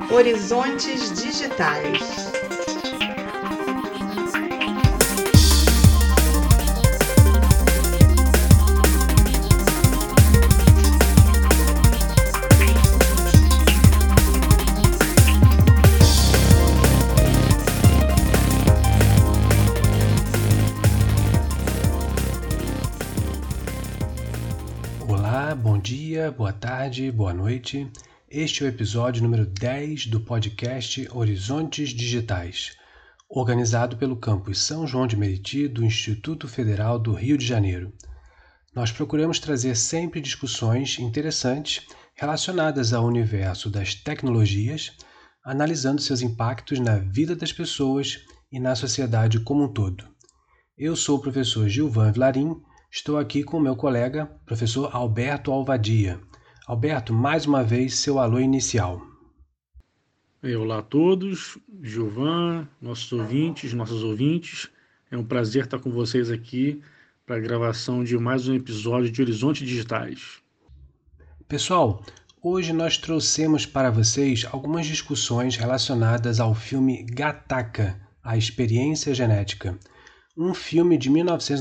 Horizontes Digitais. Olá, bom dia, boa tarde, boa noite. Este é o episódio número 10 do podcast Horizontes Digitais, organizado pelo campus São João de Meriti do Instituto Federal do Rio de Janeiro. Nós procuramos trazer sempre discussões interessantes relacionadas ao universo das tecnologias, analisando seus impactos na vida das pessoas e na sociedade como um todo. Eu sou o professor Gilvan Vilarim. Estou aqui com o meu colega, professor Alberto Alvadia. Alberto, mais uma vez, seu alô inicial. Olá a todos, Gilvan, nossos ouvintes, nossas ouvintes. É um prazer estar com vocês aqui para a gravação de mais um episódio de Horizontes Digitais. Pessoal, hoje nós trouxemos para vocês algumas discussões relacionadas ao filme Gattaca, a Experiência Genética. Um filme de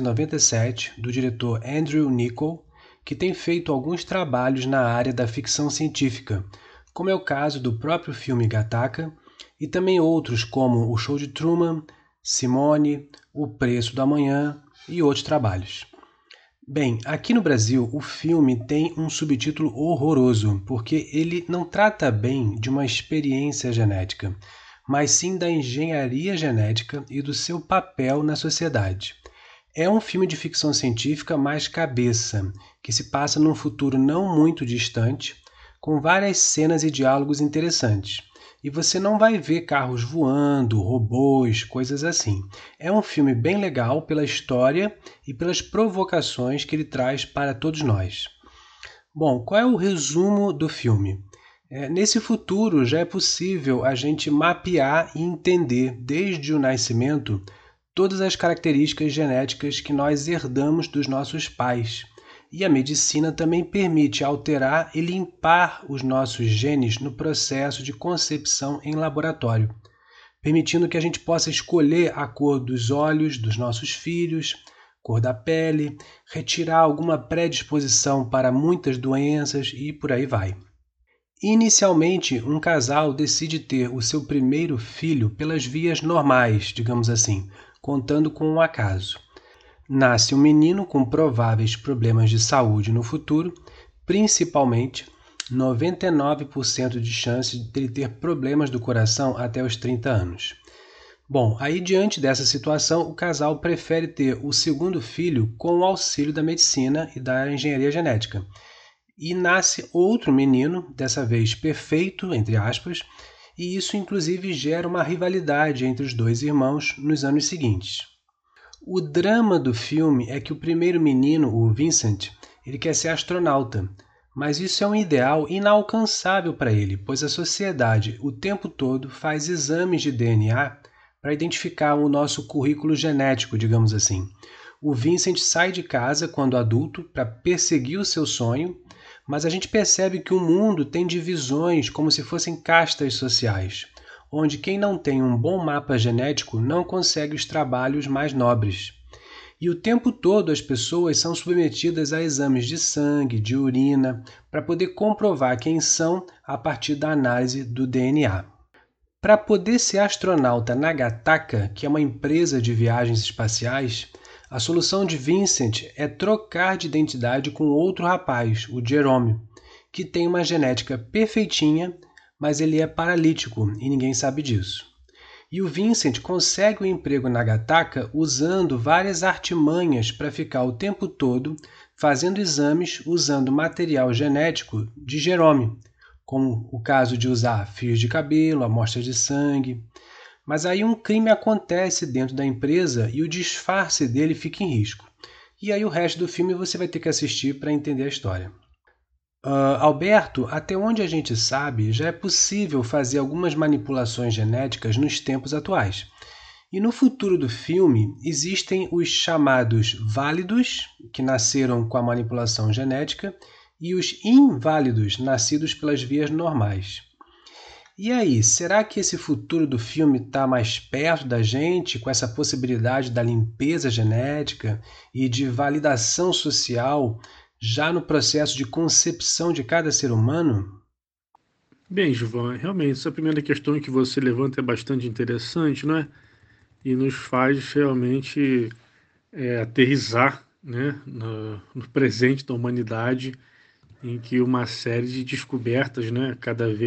1997 do diretor Andrew Niccol, que tem feito alguns trabalhos na área da ficção científica, como é o caso do próprio filme Gattaca, e também outros como O Show de Truman, Simone, O Preço do Amanhã e outros trabalhos. Bem, aqui no Brasil o filme tem um subtítulo horroroso, porque ele não trata bem de uma experiência genética, mas sim da engenharia genética e do seu papel na sociedade. É um filme de ficção científica mais cabeça, que se passa num futuro não muito distante, com várias cenas e diálogos interessantes. E você não vai ver carros voando, robôs, coisas assim. É um filme bem legal pela história e pelas provocações que ele traz para todos nós. Bom, qual é o resumo do filme? Nesse futuro já é possível a gente mapear e entender desde o nascimento todas as características genéticas que nós herdamos dos nossos pais. E a medicina também permite alterar e limpar os nossos genes no processo de concepção em laboratório, permitindo que a gente possa escolher a cor dos olhos dos nossos filhos, cor da pele, retirar alguma predisposição para muitas doenças e por aí vai. Inicialmente, um casal decide ter o seu primeiro filho pelas vias normais, digamos assim, contando com um acaso. Nasce um menino com prováveis problemas de saúde no futuro, principalmente 99% de chance de ele ter problemas do coração até os 30 anos. Bom, aí diante dessa situação, o casal prefere ter o segundo filho com o auxílio da medicina e da engenharia genética. E nasce outro menino, dessa vez perfeito, entre aspas, e isso inclusive gera uma rivalidade entre os dois irmãos nos anos seguintes. O drama do filme é que o primeiro menino, o Vincent, ele quer ser astronauta, mas isso é um ideal inalcançável para ele, pois a sociedade o tempo todo faz exames de DNA para identificar o nosso currículo genético, digamos assim. O Vincent sai de casa quando adulto para perseguir o seu sonho, mas a gente percebe que o mundo tem divisões como se fossem castas sociais, onde quem não tem um bom mapa genético não consegue os trabalhos mais nobres. E o tempo todo as pessoas são submetidas a exames de sangue, de urina, para poder comprovar quem são a partir da análise do DNA. Para poder ser astronauta na Gattaca, que é uma empresa de viagens espaciais, a solução de Vincent é trocar de identidade com outro rapaz, o Jerome, que tem uma genética perfeitinha, mas ele é paralítico e ninguém sabe disso. E o Vincent consegue um emprego na Gattaca usando várias artimanhas para ficar o tempo todo fazendo exames usando material genético de Jerome, como o caso de usar fios de cabelo, amostras de sangue. Mas aí um crime acontece dentro da empresa e o disfarce dele fica em risco. E aí o resto do filme você vai ter que assistir para entender a história. Alberto, até onde a gente sabe, já é possível fazer algumas manipulações genéticas nos tempos atuais. E no futuro do filme, existem os chamados válidos, que nasceram com a manipulação genética, e os inválidos, nascidos pelas vias normais. E aí, será que esse futuro do filme está mais perto da gente, com essa possibilidade da limpeza genética e de validação social já no processo de concepção de cada ser humano? Bem, Gilvan, realmente, essa primeira questão que você levanta é bastante interessante, não é? E nos faz realmente aterrissar, né, no presente da humanidade, em que uma série de descobertas, né,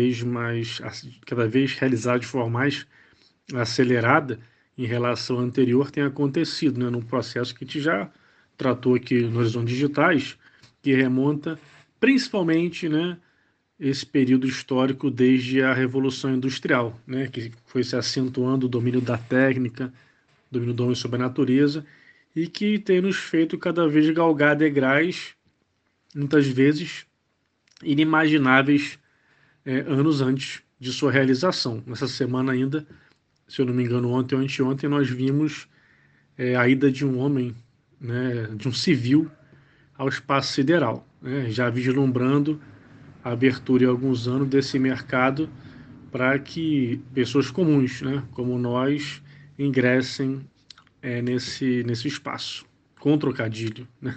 cada vez realizadas de forma mais acelerada em relação ao anterior tem acontecido, né, num processo que a gente já tratou aqui no Horizonte Digitais, que remonta principalmente, né, esse período histórico desde a Revolução Industrial, né, que foi se acentuando o domínio da técnica, o domínio do homem sobre a natureza, e que tem nos feito cada vez galgar degraus, muitas vezes inimagináveis, anos antes de sua realização. Nessa semana ainda, se eu não me engano, ontem ou anteontem, nós vimos a ida de um homem, né, de um civil, ao espaço sideral, né, já vislumbrando a abertura em alguns anos desse mercado para que pessoas comuns, né, como nós, ingressem nesse espaço, com trocadilho. Né?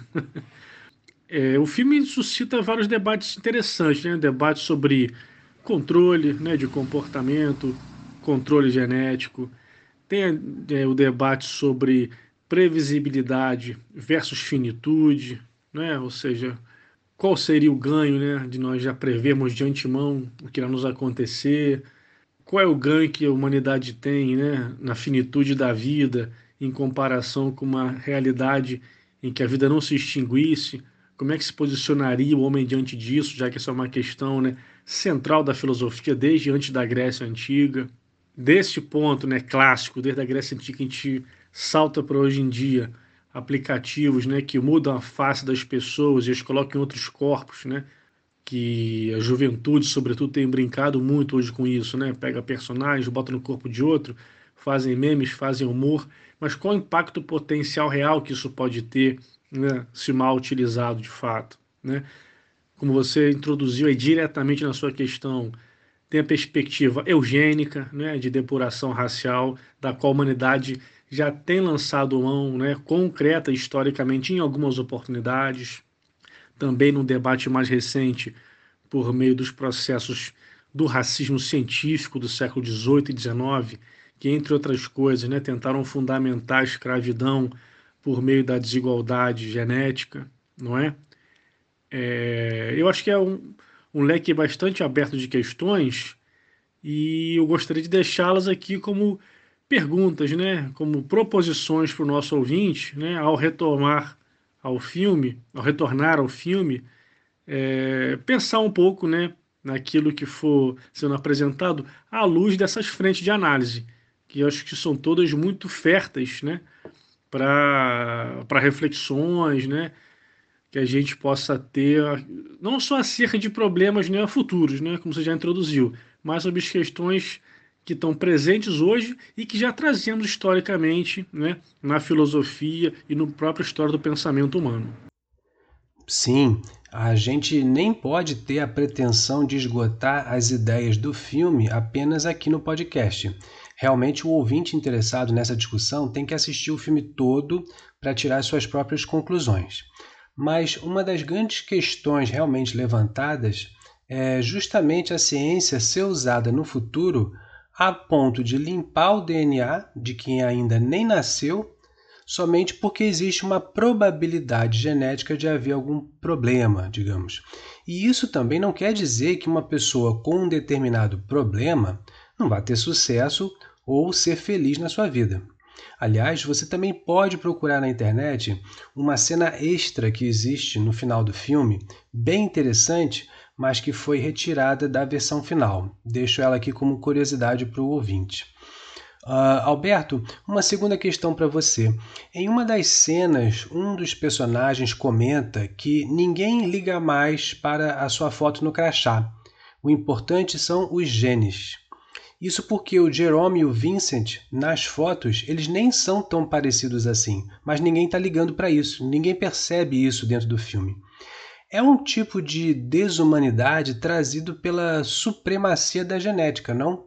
O filme suscita vários debates interessantes, né? Debate sobre controle, né, de comportamento, controle genético. Tem o debate sobre previsibilidade versus finitude, né? Ou seja, qual seria o ganho, né, de nós já prevermos de antemão o que irá nos acontecer, qual é o ganho que a humanidade tem, né, na finitude da vida em comparação com uma realidade em que a vida não se extinguisse, como é que se posicionaria o homem diante disso, já que essa é uma questão, né, central da filosofia desde antes da Grécia Antiga. Deste ponto, né, clássico, desde a Grécia Antiga, a gente salta para hoje em dia, aplicativos, né, que mudam a face das pessoas e as colocam em outros corpos, né, que a juventude, sobretudo, tem brincado muito hoje com isso, né? Pega personagens, bota no corpo de outro, fazem memes, fazem humor, mas qual o impacto potencial real que isso pode ter, né, se mal utilizado de fato, né? Como você introduziu aí diretamente na sua questão, tem a perspectiva eugênica, né, de depuração racial, da qual a humanidade já tem lançado mão, né, concreta historicamente em algumas oportunidades, também num debate mais recente por meio dos processos do racismo científico do século XVIII e XIX, que, entre outras coisas, né, tentaram fundamentar a escravidão por meio da desigualdade genética, não é? Eu acho que é um leque bastante aberto de questões e eu gostaria de deixá-las aqui como perguntas, né, como proposições para o nosso ouvinte, né, ao retornar ao filme, pensar um pouco, né, naquilo que for sendo apresentado à luz dessas frentes de análise, que eu acho que são todas muito férteis, né, para reflexões, né, que a gente possa ter, não só acerca de problemas, né, futuros, né, como você já introduziu, mas sobre as questões que estão presentes hoje e que já trazemos historicamente, né, na filosofia e no próprio história do pensamento humano. Sim, a gente nem pode ter a pretensão de esgotar as ideias do filme apenas aqui no podcast. Realmente, o ouvinte interessado nessa discussão tem que assistir o filme todo para tirar suas próprias conclusões. Mas uma das grandes questões realmente levantadas é justamente a ciência ser usada no futuro a ponto de limpar o DNA de quem ainda nem nasceu somente porque existe uma probabilidade genética de haver algum problema, digamos. E isso também não quer dizer que uma pessoa com um determinado problema não vai ter sucesso ou ser feliz na sua vida. Aliás, você também pode procurar na internet uma cena extra que existe no final do filme, bem interessante, mas que foi retirada da versão final. Deixo ela aqui como curiosidade para o ouvinte. Alberto, uma segunda questão para você. Em uma das cenas, um dos personagens comenta que ninguém liga mais para a sua foto no crachá. O importante são os genes. Isso porque o Jerome e o Vincent, nas fotos, eles nem são tão parecidos assim, mas ninguém está ligando para isso, ninguém percebe isso dentro do filme. é um tipo de desumanidade trazido pela supremacia da genética, não?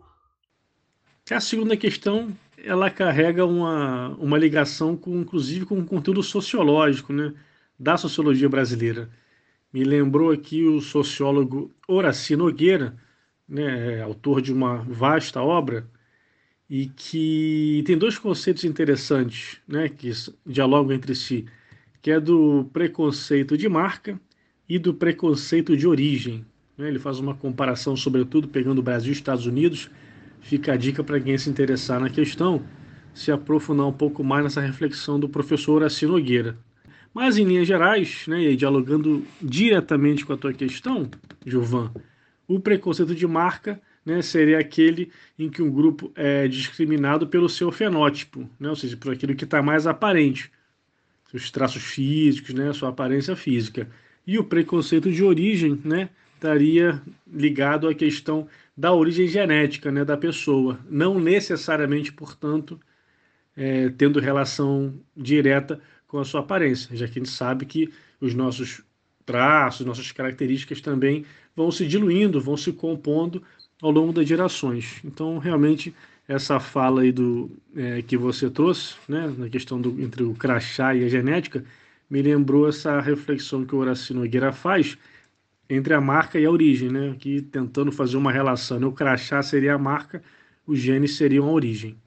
A segunda questão, ela carrega uma ligação inclusive com o conteúdo sociológico, né, da sociologia brasileira. Me lembrou aqui o sociólogo Horaci Nogueira, né, autor de uma vasta obra, e que tem dois conceitos interessantes, né, que dialogam entre si, que é do preconceito de marca e do preconceito de origem. Né? Ele faz uma comparação, sobretudo, pegando o Brasil e Estados Unidos. Fica a dica para quem se interessar na questão, se aprofundar um pouco mais nessa reflexão do professor Horaci Nogueira. Mas, em linhas gerais, né, e dialogando diretamente com a tua questão, Gilvan, o preconceito de marca, né, seria aquele em que um grupo é discriminado pelo seu fenótipo, né, ou seja, por aquilo que está mais aparente, seus traços físicos, né, sua aparência física. E o preconceito de origem, né, estaria ligado à questão da origem genética, né, da pessoa, não necessariamente, portanto, tendo relação direta com a sua aparência, já que a gente sabe que os nossos traços, nossas características também vão se diluindo, vão se compondo ao longo das gerações. Então, realmente, essa fala aí que você trouxe, né, na questão entre o crachá e a genética, me lembrou essa reflexão que o Horaci Nogueira faz entre a marca e a origem, né, aqui tentando fazer uma relação, né, o crachá seria a marca, os genes seriam a origem.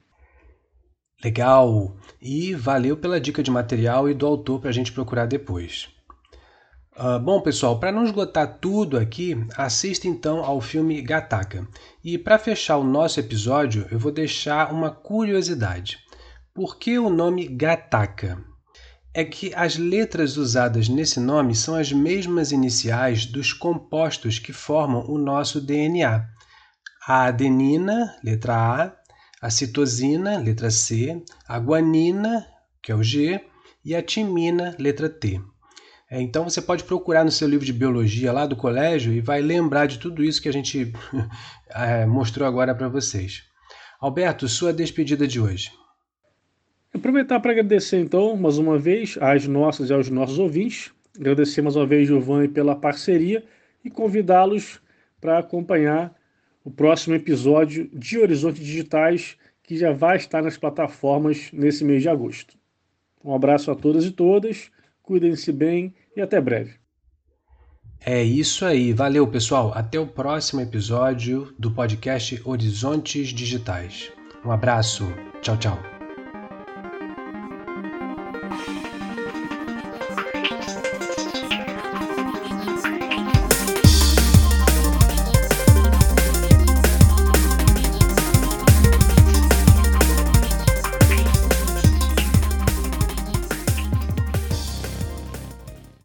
Legal! E valeu pela dica de material e do autor para a gente procurar depois. Bom, pessoal, para não esgotar tudo aqui, assista então ao filme Gattaca. E para fechar o nosso episódio, eu vou deixar uma curiosidade. Por que o nome Gattaca? É que as letras usadas nesse nome são as mesmas iniciais dos compostos que formam o nosso DNA. A adenina, letra a citosina, letra C, a guanina, que é o G, e a timina, letra T. Então você pode procurar no seu livro de biologia lá do colégio e vai lembrar de tudo isso que a gente mostrou agora para vocês. Alberto, sua despedida de hoje. Aproveitar para agradecer então, mais uma vez, às nossas e aos nossos ouvintes. Agradecer mais uma vez, Giovanni, pela parceria e convidá-los para acompanhar o próximo episódio de Horizontes Digitais, que já vai estar nas plataformas nesse mês de agosto. Um abraço a todas e todas, cuidem-se bem e até breve. É isso aí. Valeu, pessoal. Até o próximo episódio do podcast Horizontes Digitais. Um abraço. Tchau, tchau.